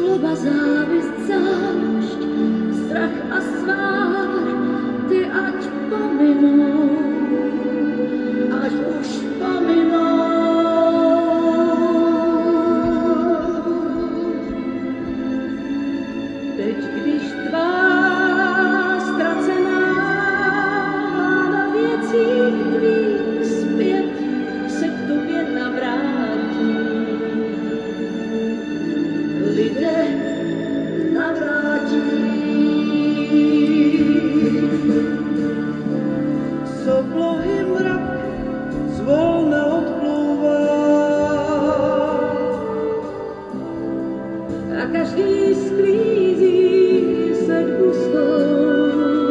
Zloba, závist, zášť, strach a svár, ty ať pominou, ať už pominou. Teď, když tvá ztracená vláda věcí tvých zpět se k tobě navrátí, lidé navrátí. Z oblohy mrak zvolna odplouvá A každý sklízí sedbu svou.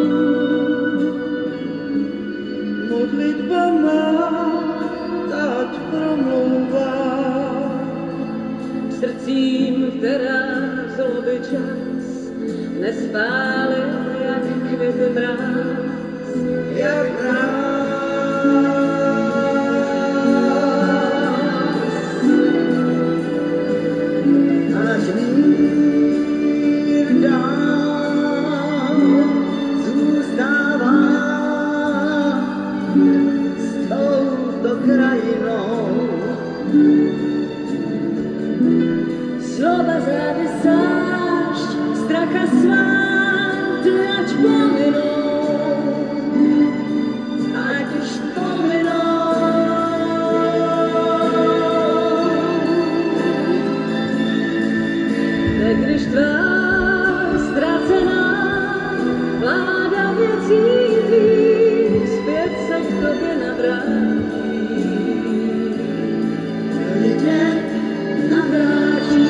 modlitba má, ať promlouvá. Srdcím, která zloby čas nespálil, jak květy mráz, Jak mráz. Až mír dál zůstává s touto krajinou. Zloba, závist, zášť, strach a svár, ty ať pominou, ať už pominou. Teď, když tvá ztracená vláda věcí tvých zpět se k tobě navrátí, lidé navrátí.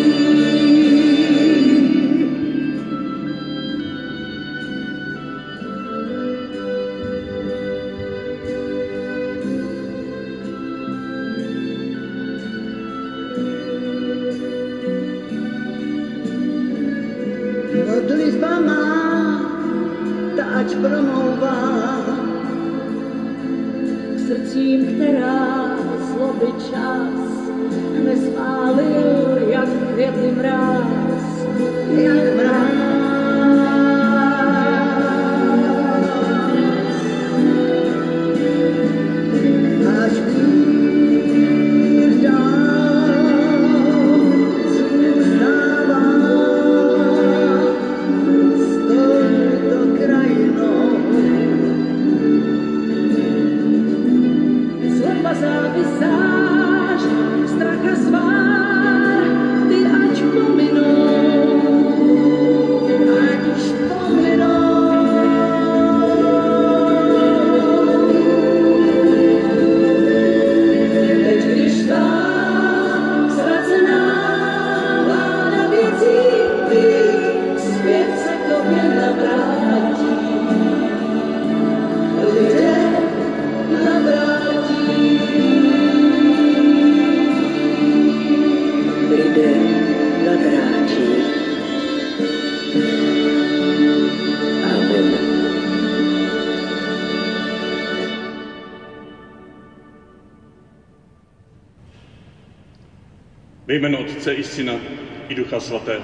Modlitba má, ta ať promlouvá. K srdcím, která zloby čas nespálil, jak květný mráz, Jak mráz. Až mír dál zůstává s touto krajinou. Zloba, závist, zášť, strach a svár, ty ať pominou, ať už pominou. Teď, když tvá ztracená vláda věcí tvých zpět se k tobě navrátí, lidé navrátí. Lidé navrátí. Amen. Ve jménu Otce i Syna i Ducha Svatého.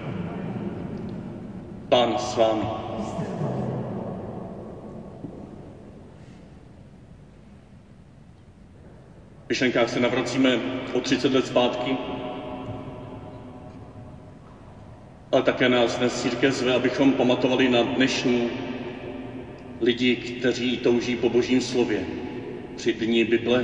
Pán s vámi. V myšlenkách se navracíme o 30 let zpátky, ale také nás dnes církev zve, abychom pamatovali na dnešní lidi, kteří touží po Božím slově při dní Bible.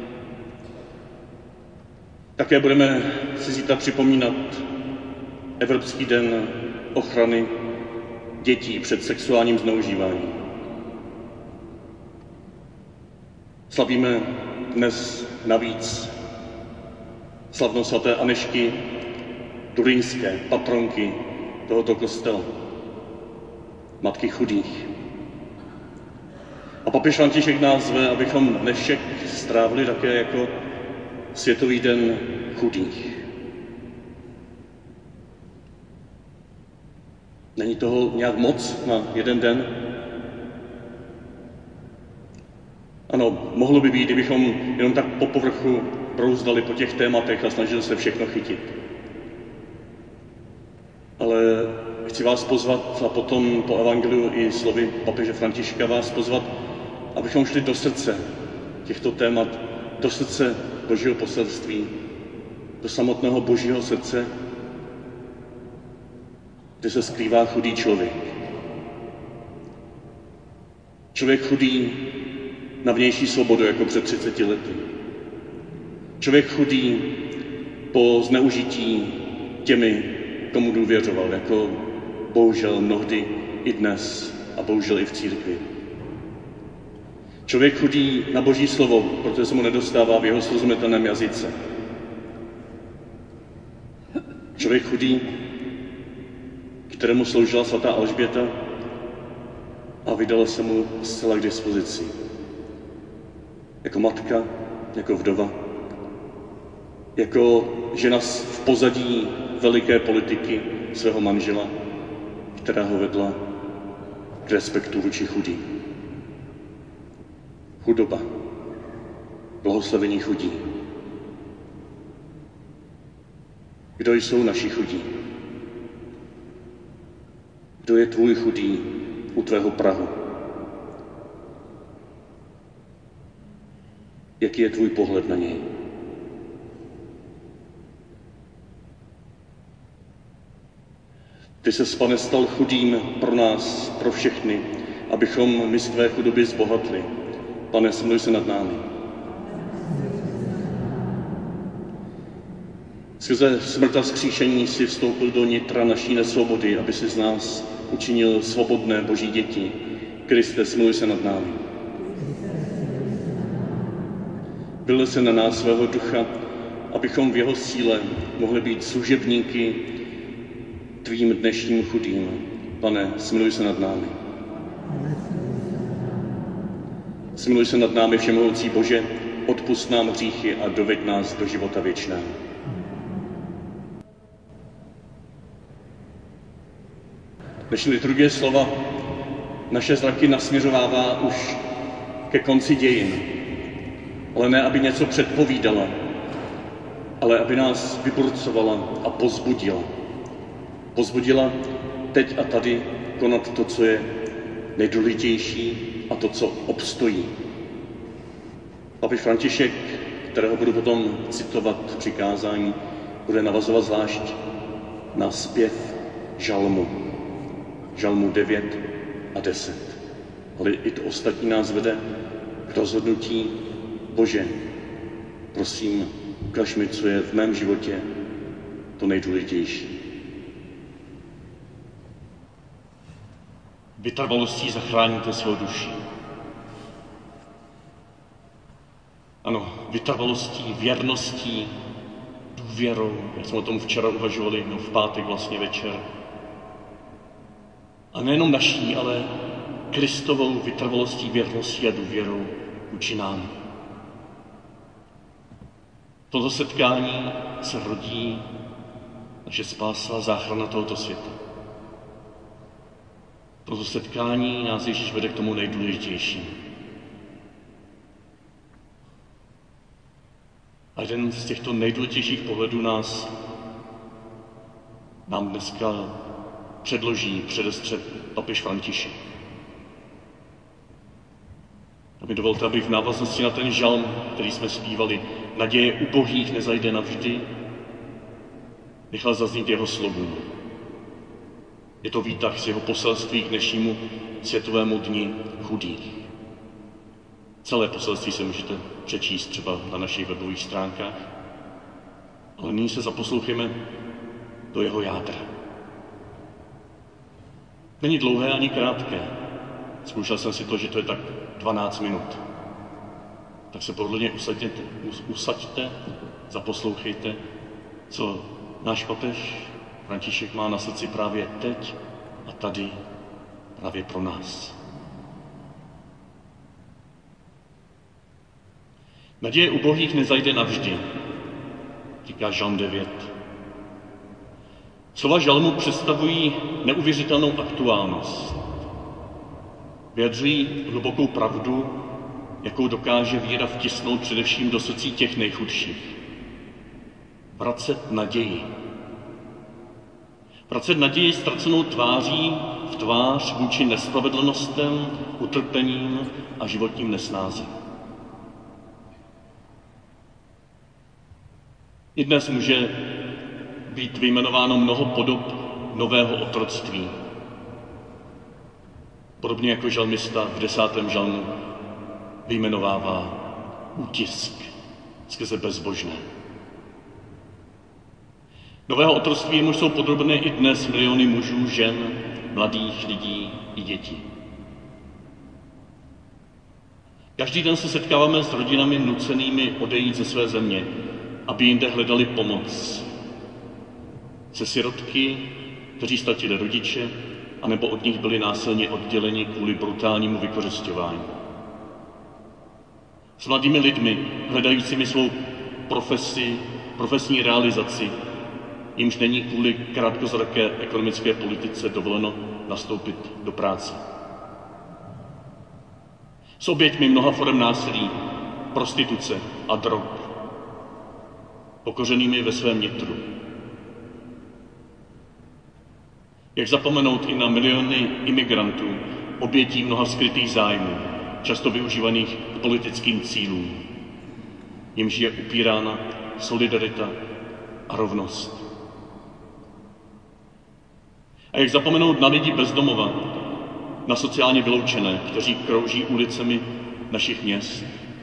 Také budeme si zítra připomínat Evropský den ochrany dětí před sexuálním zneužíváním. Slavíme dnes navíc slavnost svaté Anežky Turínské, patronky tohoto kostela, matky chudých. A papež František nás zve, abychom dnešek strávili také jako Světový den chudých. Není toho nějak moc na jeden den? Ano, mohlo by být, kdybychom jenom tak po povrchu brouzdali po těch tématech a snažili se všechno chytit. Ale chci vás pozvat a potom po evangeliu i slovy papeže Františka vás pozvat, abychom šli do srdce těchto témat, do srdce Božího poselství, do samotného Božího srdce, kde se skrývá chudý člověk. Člověk chudý na vnější svobodu, jako před 30 lety. Člověk chudý po zneužití těmi, komu důvěřoval, jako bohužel mnohdy i dnes a bohužel i v církvi. Člověk chudý na Boží slovo, protože se mu nedostává v jeho srozumitelném jazyce. Člověk chudý, kterému sloužila svatá Alžběta a vydala se mu zcela k dispozici. Jako matka, jako vdova, jako žena v pozadí veliké politiky svého manžela, která ho vedla k respektu vůči chudým. Chudoba, blahoslavení chudí. Kdo jsou naši chudí? Kdo je tvůj chudý u tvého prahu? Jaký je tvůj pohled na něj? Ty ses, Pane, stal chudým pro nás, pro všechny, abychom my z tvé chudoby zbohatli. Pane, smiluj se nad námi. Skrze smrt a vzkříšení si vstoupil do nitra naší nesvobody, aby si z nás učinil svobodné Boží děti. Kriste, smiluj se nad námi. Vylil se na nás svého ducha, abychom v jeho síle mohli být služebníky tvým dnešním chudým. Pane, smiluj se nad námi. Smiluj se nad námi, všemohoucí Bože, odpusť nám hříchy a doveď nás do života věčného. Dnešní liturgie slova naše zraky nasměřovává už ke konci dějin, ale ne, aby něco předpovídala, ale aby nás vyburcovala a pozbudila. Pozbudila teď a tady konat to, co je nejdůležitější a to, co obstojí. Papež František, kterého budu potom citovat při kázání, bude navazovat zvlášť na zpěv žalmu. Žalmu 9 a 10. Ale i to ostatní nás vede k rozhodnutí: Bože, prosím, ukaž mi, co je v mém životě to nejdůležitější. Vytrvalostí zachráníte svou duši. Ano, vytrvalostí, věrností, důvěrou, jak jsme o tom včera uvažovali, v pátek vlastně večer. A nejenom naší, ale Kristovou vytrvalostí, věrností a důvěrou vůči nám. Toto setkání se rodí naše spása a záchrana tohoto světa. Toto setkání nás Ježíš vede k tomu nejdůležitějšímu. A jeden z těchto nejdůležitějších pohledů nám dneska předestře papež František. A mi dovolte, abych v návaznosti na ten žalm, který jsme zpívali, naděje ubohých nezajde navždy, nechal zaznít jeho slovům. Je to výtah z jeho poselství k dnešnímu světovému dni chudých. Celé poselství se můžete přečíst třeba na našich webových stránkách, ale nyní se zaposlouchejme do jeho jádra. Není dlouhé ani krátké. Zkoušel jsem si to, že to je tak 12 minut. Tak se pohodlně usaďte, zaposlouchejte, co náš papež František má na srdci právě teď a tady, právě pro nás. Naděje ubohých nezajde navždy, říká žalm 9. Slova žalmu představují neuvěřitelnou aktuálnost. Vyjadřují hlubokou pravdu, jakou dokáže víra vtisnout především do srdcí těch nejchudších. Vracet naději. Vracet naději ztracenou tváří v tvář vůči nespravedlnostem, utrpením a životním nesnázím. I dnes může být vyjmenováno mnoho podob nového otroctví. Podobně jako žalmista v 10. žalmu vyjmenovává útisk skrze bezbožné. Nového otroctví jemuž jsou podrobné i dnes miliony mužů, žen, mladých lidí i dětí. Každý den se setkáváme s rodinami nucenými odejít ze své země, aby jinde hledali pomoc. Se sirotky, kteří ztratili rodiče, anebo od nich byli násilně odděleni kvůli brutálnímu vykořisťování. S mladými lidmi, hledajícími svou profesní realizaci, jimž není kvůli krátkozraké ekonomické politice dovoleno nastoupit do práce. S oběťmi mnoha forem násilí, prostituce a drog, pokořenými ve svém nitru. Jak zapomenout i na miliony imigrantů, obětí mnoha skrytých zájmů, často využívaných k politickým cílům, jimž je upírána solidarita a rovnost. A jak zapomenout na lidi bez domova, na sociálně vyloučené, kteří krouží ulicemi našich měst.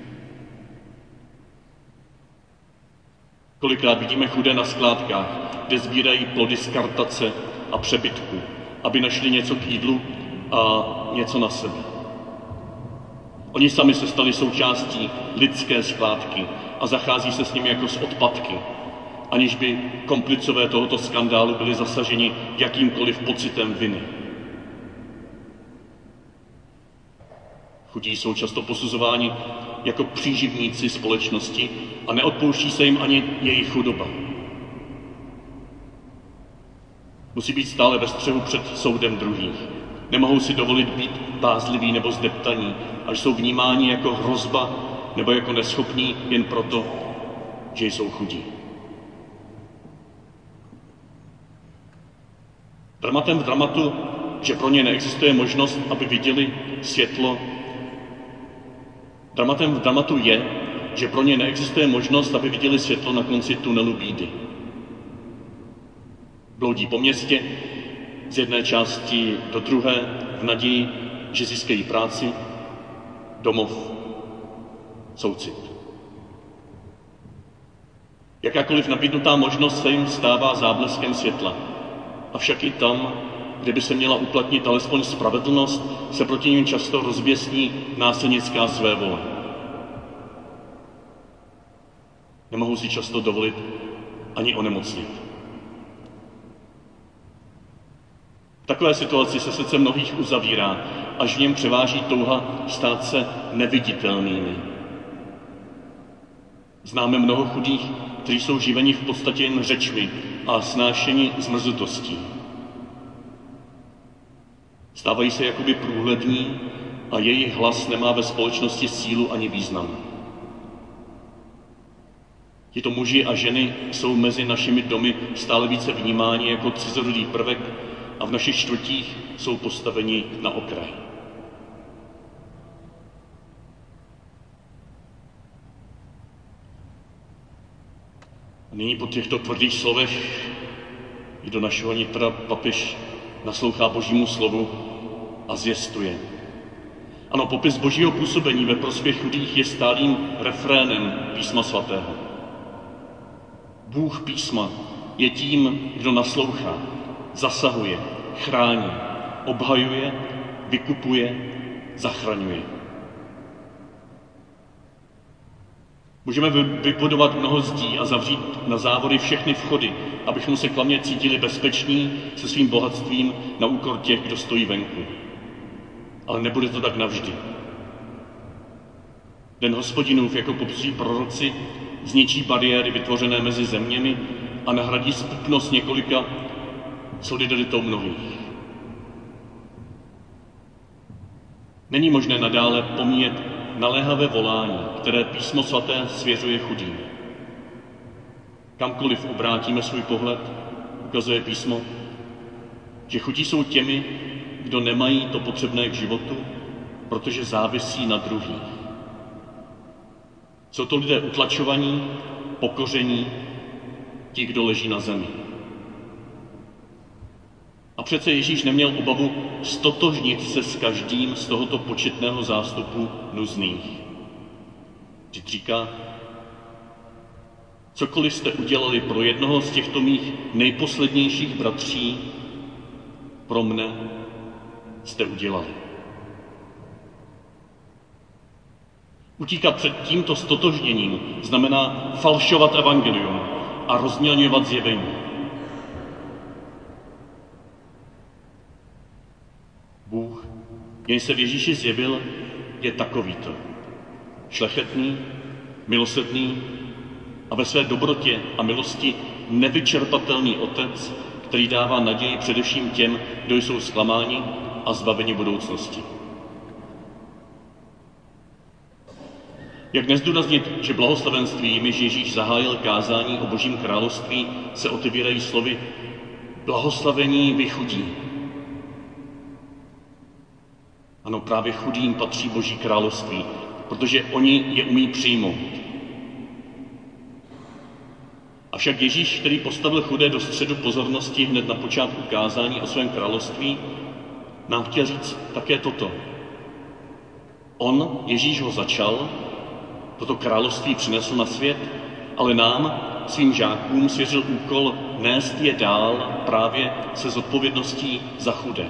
Kolikrát vidíme chudé na skládkách, kde sbírají plody z kartace a přebytku, aby našli něco k jídlu a něco na sebe. Oni sami se stali součástí lidské skládky a zachází se s nimi jako s odpadky, aniž by komplicové tohoto skandálu byli zasaženi jakýmkoliv pocitem viny. Chudí jsou často posuzováni jako příživníci společnosti a neodpouští se jim ani jejich chudoba. Musí být stále ve střehu před soudem druhých. Nemohou si dovolit být bázliví nebo zdeptaní, až jsou vnímáni jako hrozba nebo jako neschopní jen proto, že jsou chudí. Dramatem v dramatu, že pro ně neexistuje možnost, aby viděli světlo. Dramatem v dramatu je, že pro ně neexistuje možnost, aby viděli světlo na konci tunelu bídy. Bloudí po městě, z jedné části do druhé, v naději, že získají práci, domov, soucit. Jakákoliv nabídnutá možnost se jim stává zábleskem světla. Avšak i tam, kde by se měla uplatnit alespoň spravedlnost, se proti nim často rozběsní násilnická svévole. Nemohou si často dovolit ani onemocnit. V takové situaci se srdce mnohých uzavírá, až v něm převáží touha stát se neviditelnými. Známe mnoho chudých, kteří jsou živeni v podstatě jen řečmi a snášeni zmrzutostí. Stávají se jakoby průhlední a jejich hlas nemá ve společnosti sílu ani význam. Tito muži a ženy jsou mezi našimi domy stále více vnímáni jako cizorodý prvek a v našich čtvrtích jsou postaveni na okraj. A nyní po těchto tvrdých slovech i do našeho nitra papež naslouchá Božímu slovu a zvěstuje. Ano, popis Božího působení ve prospěch chudých je stálým refrénem Písma svatého. Bůh písma je tím, kdo naslouchá, zasahuje, chrání, obhajuje, vykupuje, zachraňuje. Můžeme vybudovat mnoho zdí a zavřít na závory všechny vchody, abychom se klamně cítili bezpeční se svým bohatstvím na úkor těch, kdo stojí venku. Ale nebude to tak navždy. Den Hospodinův, jako popisují proroci, zničí bariéry vytvořené mezi zeměmi a nahradí spupnost několika solidaritou mnohých. Není možné nadále pomíjet naléhavé volání, které Písmo svaté svěřuje chudým. Kamkoliv obrátíme svůj pohled, ukazuje Písmo, že chudí jsou těmi, kdo nemají to potřebné k životu, protože závisí na druhých. Jsou to lidé utlačovaní, pokoření, ti, kdo leží na zemi. A přece Ježíš neměl obavu stotožnit se s každým z tohoto početného zástupu nuzných. Vždyť říká, cokoliv jste udělali pro jednoho z těchto mých nejposlednějších bratří, pro mne jste udělali. Utíkat před tímto stotožněním znamená falšovat evangelium a rozmělňovat zjevení. Bůh, jenž se v Ježíši zjevil, je takovýto. Šlechetný, milosrdný a ve své dobrotě a milosti nevyčerpatelný Otec, který dává naději především těm, kdo jsou zklamáni a zbaveni budoucnosti. Jak nezdůraznit, že blahoslavenství, jimiž Ježíš zahájil kázání o Božím království, se otevírají slovy blahoslavení vy chudí. Ano, právě chudým patří Boží království, protože oni je umí přijmout. Avšak Ježíš, který postavil chudé do středu pozornosti hned na počátku kázání o svém království, nám chtěl říct také toto. On, Ježíš, ho začal, toto království přinesl na svět, ale nám, svým žákům, svěřil úkol nést je dál právě se zodpovědností za chudé.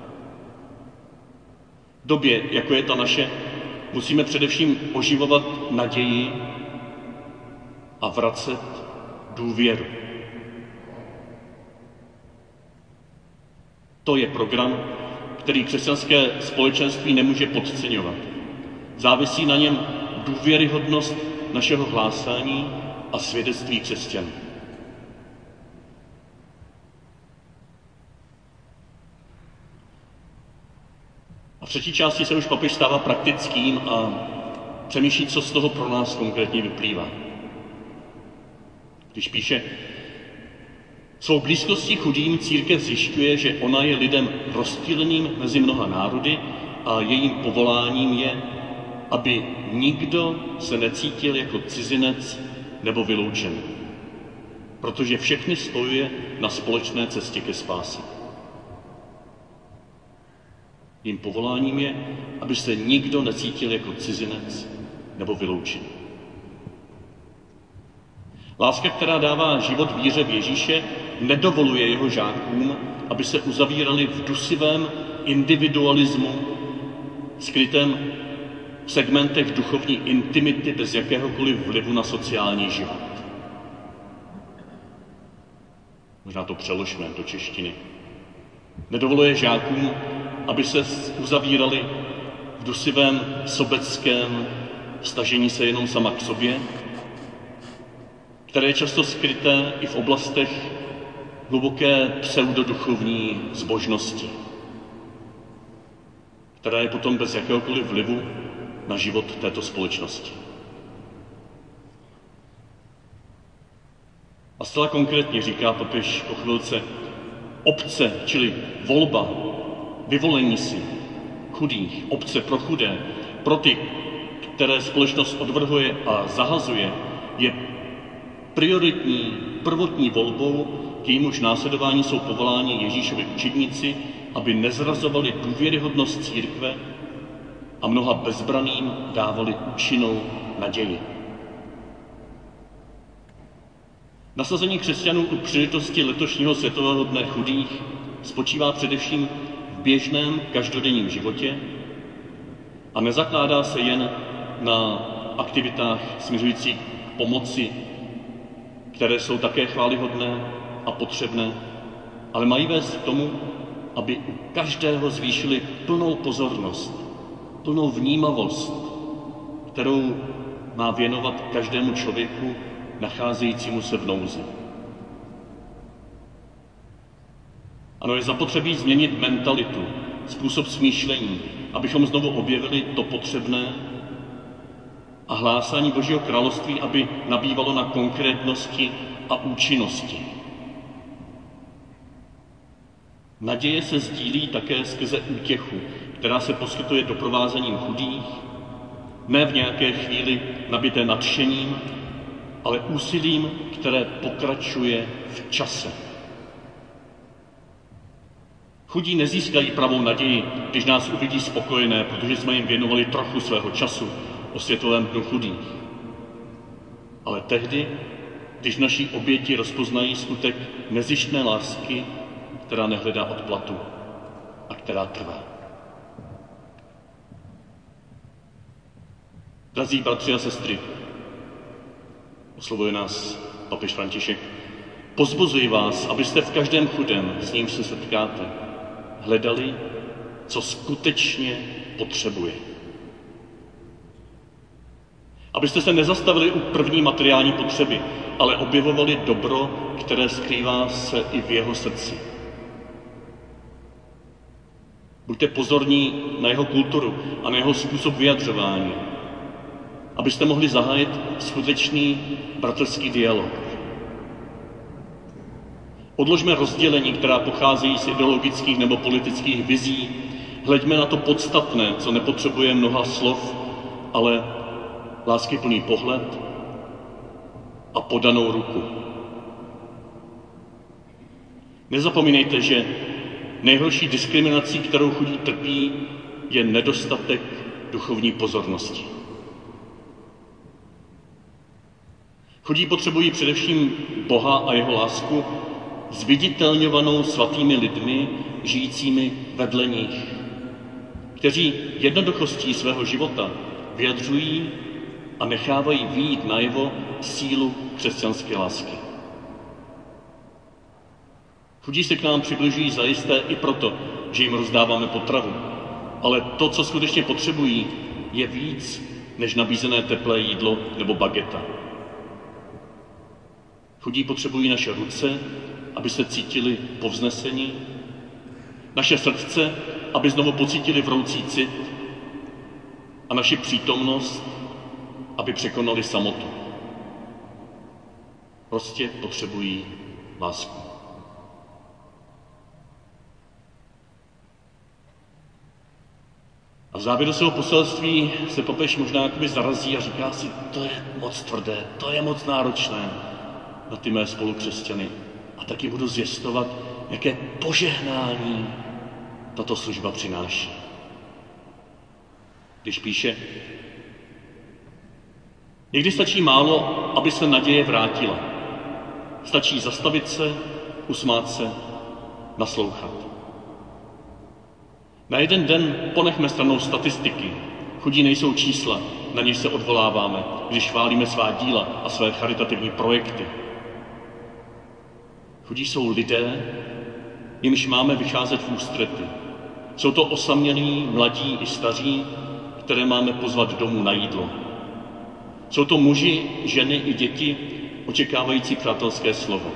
V době, jako je ta naše, musíme především oživovat naději a vracet důvěru. To je program, který křesťanské společenství nemůže podceňovat. Závisí na něm důvěryhodnost našeho hlásání a svědectví křesťanů. A v třetí části se už papež stává praktickým a přemýšlí, co z toho pro nás konkrétně vyplývá. Když píše, svou blízkostí chudým církev zjišťuje, že ona je lidem rozptýleným mezi mnoha národy a jejím povoláním je, aby nikdo se necítil jako cizinec nebo vyloučený, protože všechny spojuje na společné cestě ke spáse. Jím povoláním je, aby se nikdo necítil jako cizinec nebo vyloučený. Láska, která dává život víře v Ježíše, nedovoluje jeho žákům, aby se uzavírali v dusivém individualismu, skrytém v segmentech duchovní intimity bez jakéhokoliv vlivu na sociální život. Možná to přeložme do češtiny. Nedovoluje žákům, aby se uzavírali v dusivém sobeckém stažení se jenom sama k sobě, které je často skryté i v oblastech hluboké pseudoduchovní zbožnosti, která je potom bez jakéhokoliv vlivu na život této společnosti. A zcela konkrétně říká papež po chvilce, obce, čili volba, vyvolení si chudých, obce pro chudé, pro ty, které společnost odvrhuje a zahazuje, je prioritní, prvotní volbou, k jejímuž následování jsou povoláni Ježíšovi učedníci, aby nezrazovali důvěryhodnost církve a mnoha bezbranným dávali účinnou naději. Nasazení křesťanů u příležitosti letošního světového dne chudých spočívá především v běžném každodenním životě a nezakládá se jen na aktivitách směřujících k pomoci, které jsou také chvályhodné a potřebné, ale mají vést k tomu, aby u každého zvýšili plnou pozornost, plnou vnímavost, kterou má věnovat každému člověku nacházejícímu se v nouzi. Ano, je zapotřebí změnit mentalitu, způsob smýšlení, abychom znovu objevili to potřebné a hlásání Božího království, aby nabývalo na konkrétnosti a účinnosti. Naděje se sdílí také skrze útěchu, která se poskytuje doprovázením chudých, ne v nějaké chvíli nabité nadšením, ale úsilím, které pokračuje v čase. Chudí nezískají pravou naději, když nás uvidí spokojené, protože jsme jim věnovali trochu svého času o Světovém dnu chudých. Ale tehdy, když v naší oběti rozpoznají skutek nezištné lásky, která nehledá odplatu a která trvá. Drazí bratři a sestry, oslovuje nás papež František, pozbuzuji vás, abyste v každém chudém, s ním se setkáte, hledali, co skutečně potřebuje. Abyste se nezastavili u první materiální potřeby, ale objevovali dobro, které skrývá se i v jeho srdci. Buďte pozorní na jeho kulturu a na jeho způsob vyjadřování, abyste mohli zahájit skutečný bratrský dialog. Odložme rozdělení, která pocházejí z ideologických nebo politických vizí. Hleďme na to podstatné, co nepotřebuje mnoha slov, ale láskyplný pohled a podanou ruku. Nezapomínejte, že nejhorší diskriminací, kterou chudí trpí, je nedostatek duchovní pozornosti. Chudí potřebují především Boha a jeho lásku, zviditelňovanou svatými lidmi, žijícími vedle nich, kteří jednoduchostí svého života vyjadřují a nechávají vyjít najevo sílu křesťanské lásky. Chudí se k nám přibližují zajisté i proto, že jim rozdáváme potravu, ale to, co skutečně potřebují, je víc než nabízené teplé jídlo nebo bageta. Chudí potřebují naše ruce, aby se cítili povzneseni, naše srdce, aby znovu pocítili vroucí cit a naši přítomnost, aby překonali samotu. Prostě potřebují lásku. A v závěru svého poselství se papež možná jakoby zarazí a říká si, to je moc tvrdé, to je moc náročné na ty mé spolukřesťany. A taky budu zvěstovat, jaké požehnání tato služba přináší. Když píše, někdy stačí málo, aby se naděje vrátila. Stačí zastavit se, usmát se, naslouchat. Na jeden den ponechme stranou statistiky. Chudí nejsou čísla, na něž se odvoláváme, když chválíme svá díla a své charitativní projekty. Chudí jsou lidé, jimž máme vycházet v ústrety. Jsou to osamělí, mladí i staří, které máme pozvat domů na jídlo. Jsou to muži, ženy i děti, očekávající přátelské slovo.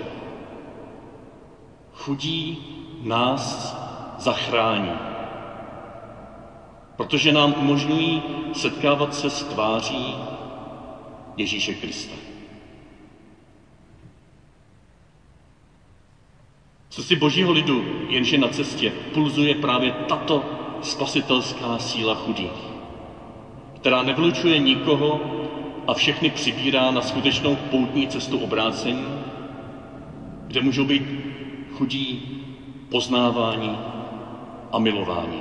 Chudí nás zachrání, protože nám umožňují setkávat se s tváří Ježíše Krista. V srdci Božího lidu, jenže na cestě, pulzuje právě tato spasitelská síla chudých, která nevylučuje nikoho a všechny přibírá na skutečnou poutní cestu obrácení, kde můžou být chudí poznávání a milování.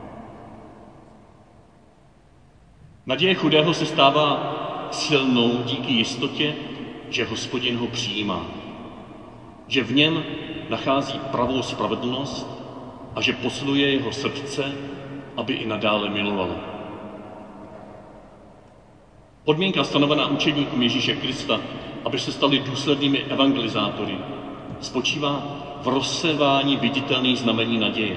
Naděje chudého se stává silnou díky jistotě, že Hospodin ho přijímá, že v něm nachází pravou spravedlnost a že posiluje jeho srdce, aby i nadále milovalo. Podmínka stanovená učedníkům Ježíše Krista, aby se stali důslednými evangelizátory, spočívá v rozsévání viditelných znamení naděje.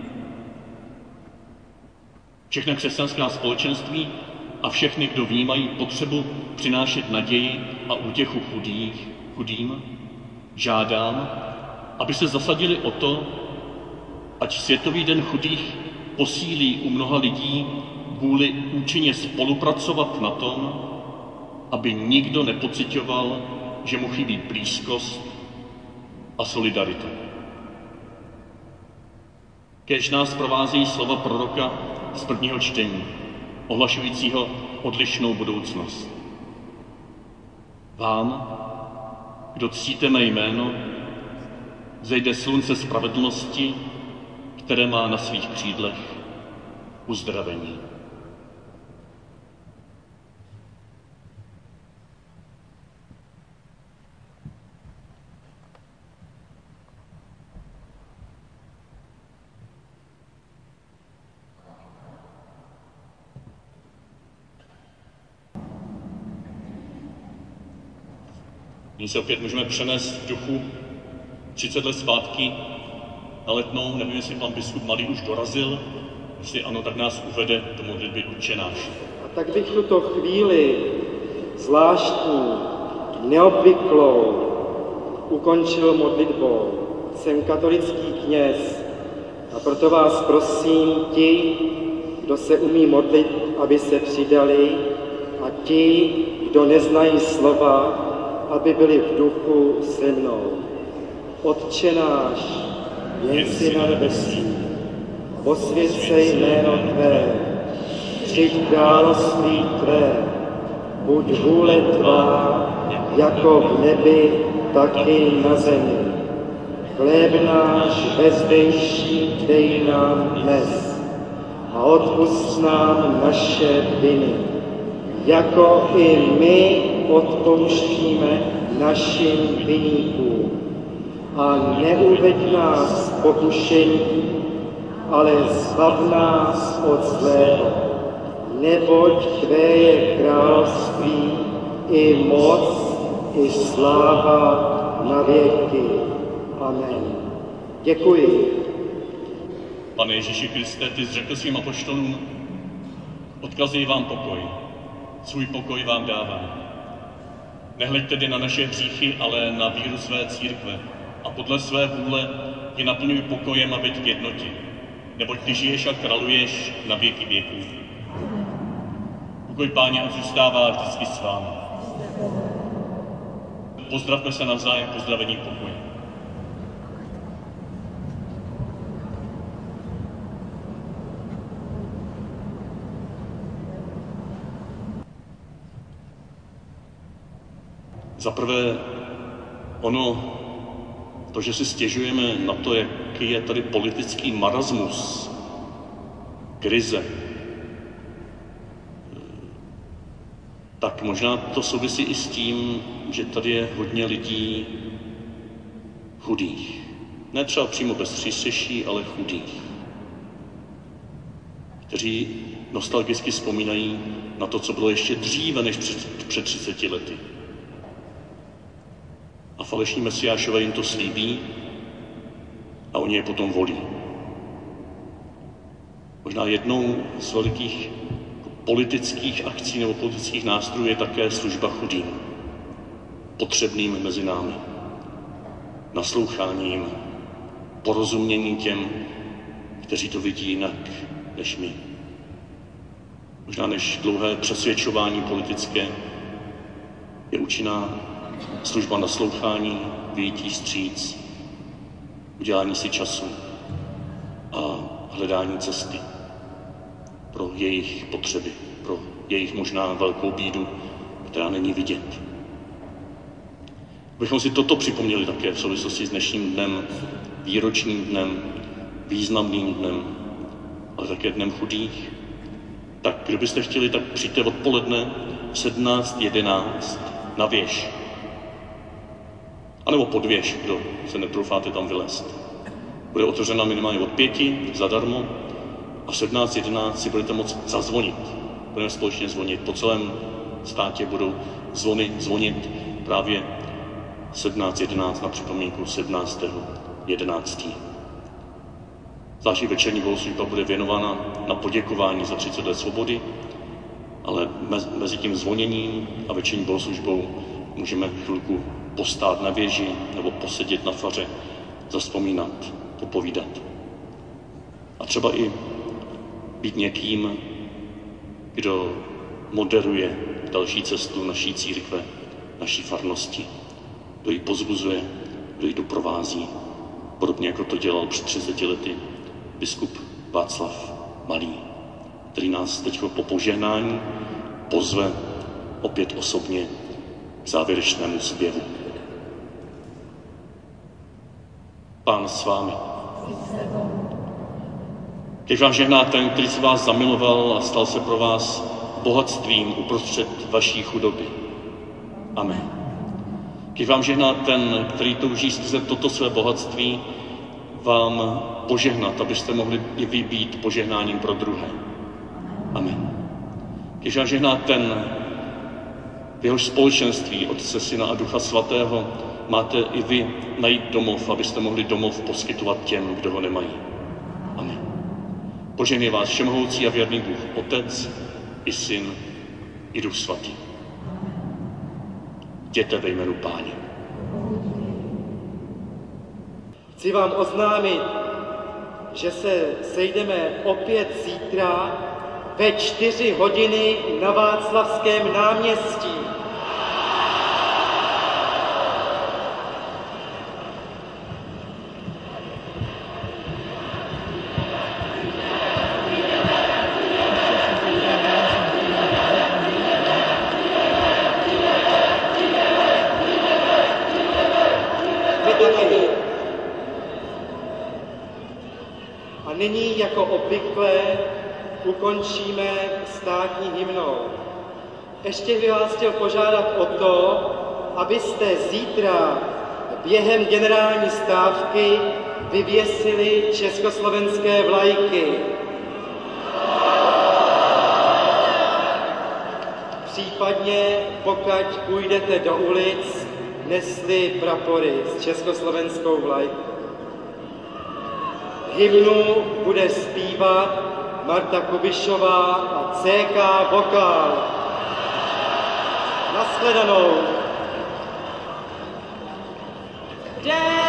Všechna křesťanská společenství a všechny, kdo vnímají potřebu přinášet naději a útěchu chudým, žádám, aby se zasadili o to, ať Světový den chudých posílí u mnoha lidí vůli účinně spolupracovat na tom, aby nikdo nepociťoval, že mu chybí blízkost a solidarita. Kéž nás provázejí slova proroka z prvního čtení, ohlašujícího odlišnou budoucnost. Vám, kdo ctíte mé jméno, zejde slunce spravedlnosti, které má na svých křídlech uzdravení. Nyní se opět můžeme přenést v duchu 30 let zpátky na Letnou. Nevím, jestli pan biskup Malý už dorazil. Jestli ano, tak nás uvede do modlitby Otče náš. A tak bych tuto chvíli zvláštní, neobvyklou ukončil modlitbou. Jsem katolický kněz a proto vás prosím, ti, kdo se umí modlit, aby se přidali, a ti, kdo neznají slova, aby byli v duchu se mnou. Otče náš, jen si na nebesích, posvěť se jméno Tvé, přijď království Tvé, buď vůle Tvá, jako v nebi, tak i na zemi. Chléb náš bezdejší dej nám dnes a odpusť nám naše viny, jako i my odpouštíme našim viníkům. A neuveď nás v pokušení, ale zbav nás od zlého. Neboť Tvé je království, i moc, i sláva na věky. Amen. Děkuji. Pane Ježíši Kriste, Ty jsi řekl svým apoštolům, odkazuji vám pokoj, svůj pokoj vám dávám. Nehleď tedy na naše hříchy, ale na víru své církve a podle své vůle ji naplňuj pokojem a veď k jednotě, neboť Ty žiješ a králuješ na věky věků. Pokoj Páně ať zůstává vždycky s vámi. Pozdravme se navzájem pozdravení pokoje. Za prvé, to, že si stěžujeme na to, jaký je tady politický marasmus, krize, tak možná to souvisí i s tím, že tady je hodně lidí chudých. Ne třeba přímo bez přístřeší, ale chudých, kteří nostalgicky vzpomínají na to, co bylo ještě dříve než před 30 lety. A falešní mesiášové jim to slíbí a oni je potom volí. Možná jednou z velikých politických akcí nebo politických nástrojů je také služba chudým, potřebným mezi námi, nasloucháním, porozumění těm, kteří to vidí jinak než my. Možná než dlouhé přesvědčování politické je účinná služba naslouchání, vyjítí vstříc, udělání si času a hledání cesty pro jejich potřeby, pro jejich možná velkou bídu, která není vidět. Abychom si toto připomněli také v souvislosti s dnešním dnem, výročním dnem, významným dnem, ale také dnem chudých. Tak kdybyste chtěli, tak přijďte odpoledne 17:11 na věž. A nebo pod věž, kdo se netroufáte tam vylézt. Bude otevřena minimálně od 5 zadarmo a 17:11 si budete moct zazvonit. Budeme společně zvonit. Po celém státě budou zvony zvonit právě 17:11 na připomínku 17.11. Zvláštní večerní bohoslužba bude věnována na poděkování za 30 let svobody, ale mezi tím zvoněním a večerní bohoslužbou můžeme chvilku postát na věži nebo posedět na faře, zavzpomínat, popovídat. A třeba i být někým, kdo moderuje další cestu naší církve, naší farnosti, kdo ji pozbuzuje, kdo ji doprovází, podobně jako to dělal před 30 lety biskup Václav Malý, který nás teď po požehnání pozve opět osobně k závěrečnému zpěvu. Pán s vámi. Kež vám žehná ten, který se vás zamiloval a stal se pro vás bohatstvím uprostřed vaší chudoby. Amen. Kež vám žehná ten, který touží skrze toto své bohatství vám požehnat, abyste mohli i vy být požehnáním pro druhé. Amen. Kež vám žehná ten, v jehož společenství Otce, Syna a Ducha Svatého máte i vy najít domov, abyste mohli domov poskytovat těm, kdo ho nemají. Amen. Požehnej vás všemohoucí a věrný Bůh, Otec i Syn i Duch Svatý. Jděte ve jménu Páně. Chci vám oznámit, že se sejdeme opět zítra ve 4 hodiny na Václavském náměstí. A nyní, jako obvykle, ukončíme státní hymnou. Ještě bych vás chtěl požádat o to, abyste zítra během generální stávky vyvěsili československé vlajky. Případně, pokud půjdete do ulic, nesli prapory s československou vlajkou. Hymnu bude zpívat Marta Kubišová a CK Vokál. Nashledanou. Jde